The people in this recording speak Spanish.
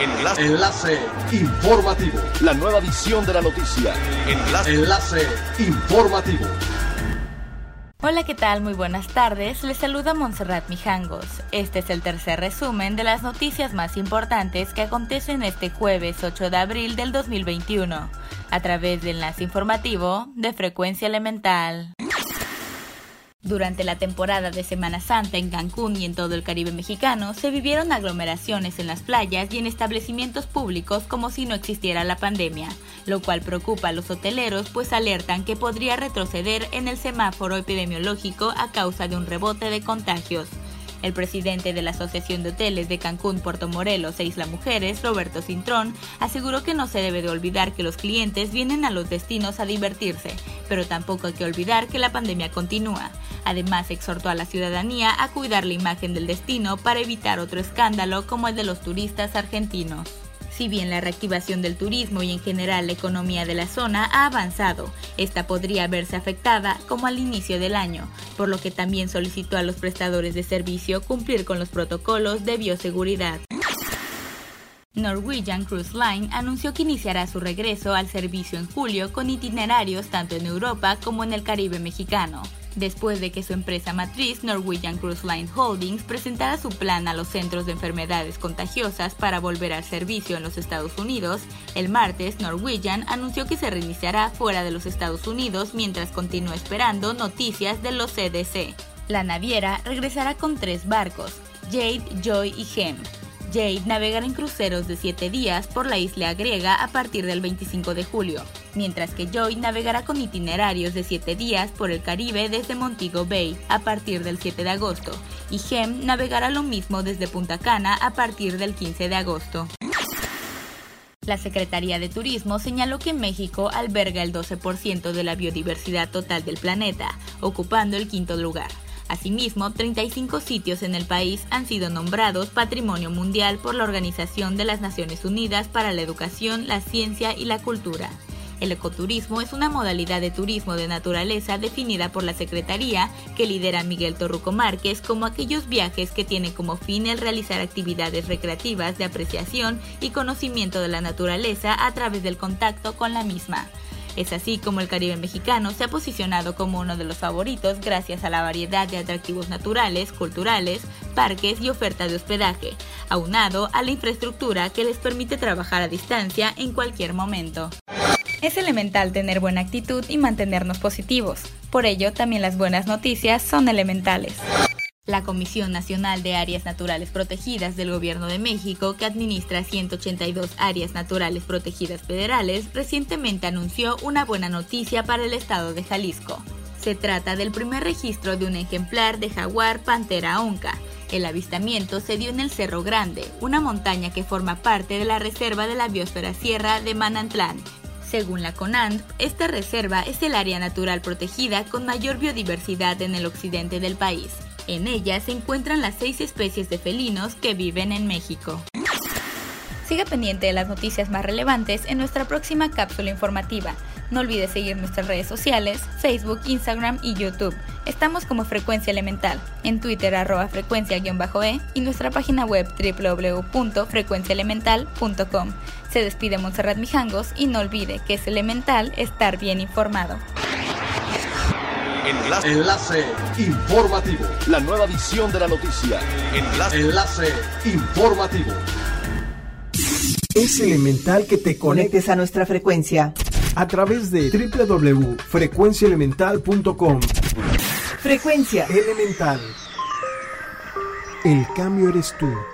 Enlace informativo. La nueva edición de la noticia. Enlace informativo. Hola, ¿qué tal? Muy buenas tardes. Les saluda Montserrat Mijangos. Este es el tercer resumen de las noticias más importantes que acontecen este jueves 8 de abril del 2021, a través del enlace informativo de Frecuencia Elemental. Durante la temporada de Semana Santa en Cancún y en todo el Caribe mexicano, se vivieron aglomeraciones en las playas y en establecimientos públicos como si no existiera la pandemia, lo cual preocupa a los hoteleros, pues alertan que podría retroceder en el semáforo epidemiológico a causa de un rebote de contagios. El presidente de la Asociación de Hoteles de Cancún, Puerto Morelos e Isla Mujeres, Roberto Cintrón, aseguró que no se debe de olvidar que los clientes vienen a los destinos a divertirse, pero tampoco hay que olvidar que la pandemia continúa. Además, exhortó a la ciudadanía a cuidar la imagen del destino para evitar otro escándalo como el de los turistas argentinos. Si bien la reactivación del turismo y en general la economía de la zona ha avanzado, esta podría verse afectada como al inicio del año, por lo que también solicitó a los prestadores de servicio cumplir con los protocolos de bioseguridad. Norwegian Cruise Line anunció que iniciará su regreso al servicio en julio con itinerarios tanto en Europa como en el Caribe mexicano, después de que su empresa matriz, Norwegian Cruise Line Holdings, presentara su plan a los centros de enfermedades contagiosas para volver al servicio en los Estados Unidos. El martes, Norwegian anunció que se reiniciará fuera de los Estados Unidos mientras continúa esperando noticias de los CDC. La naviera regresará con 3 barcos, Jade, Joy y Gem. Jade navegará en cruceros de 7 días por la isla griega a partir del 25 de julio, mientras que Joy navegará con itinerarios de 7 días por el Caribe desde Montego Bay a partir del 7 de agosto, y Gem navegará lo mismo desde Punta Cana a partir del 15 de agosto. La Secretaría de Turismo señaló que México alberga el 12% de la biodiversidad total del planeta, ocupando el 5º lugar. Asimismo, 35 sitios en el país han sido nombrados Patrimonio Mundial por la Organización de las Naciones Unidas para la Educación, la Ciencia y la Cultura. El ecoturismo es una modalidad de turismo de naturaleza definida por la Secretaría, que lidera Miguel Torruco Márquez, como aquellos viajes que tienen como fin el realizar actividades recreativas de apreciación y conocimiento de la naturaleza a través del contacto con la misma. Es así como el Caribe mexicano se ha posicionado como uno de los favoritos gracias a la variedad de atractivos naturales, culturales, parques y oferta de hospedaje, aunado a la infraestructura que les permite trabajar a distancia en cualquier momento. Es elemental tener buena actitud y mantenernos positivos. Por ello, también las buenas noticias son elementales. La Comisión Nacional de Áreas Naturales Protegidas del Gobierno de México, que administra 182 áreas naturales protegidas federales, recientemente anunció una buena noticia para el estado de Jalisco. Se trata del primer registro de un ejemplar de jaguar pantera onca. El avistamiento se dio en el Cerro Grande, una montaña que forma parte de la Reserva de la Biosfera Sierra de Manantlán. Según la CONANT, esta reserva es el área natural protegida con mayor biodiversidad en el occidente del país. En ella se encuentran las 6 especies de felinos que viven en México. Siga pendiente de las noticias más relevantes en nuestra próxima cápsula informativa. No olvide seguir nuestras redes sociales, Facebook, Instagram y YouTube. Estamos como Frecuencia Elemental, en Twitter @frecuencia_e y nuestra página web www.frecuenciaelemental.com. Se despide Montserrat Mijangos y no olvide que es elemental estar bien informado. Enlace informativo. La nueva edición de la noticia. Enlace informativo. Es elemental que te conectes a nuestra frecuencia a través de www.frecuenciaelemental.com. Frecuencia Elemental. El cambio eres tú.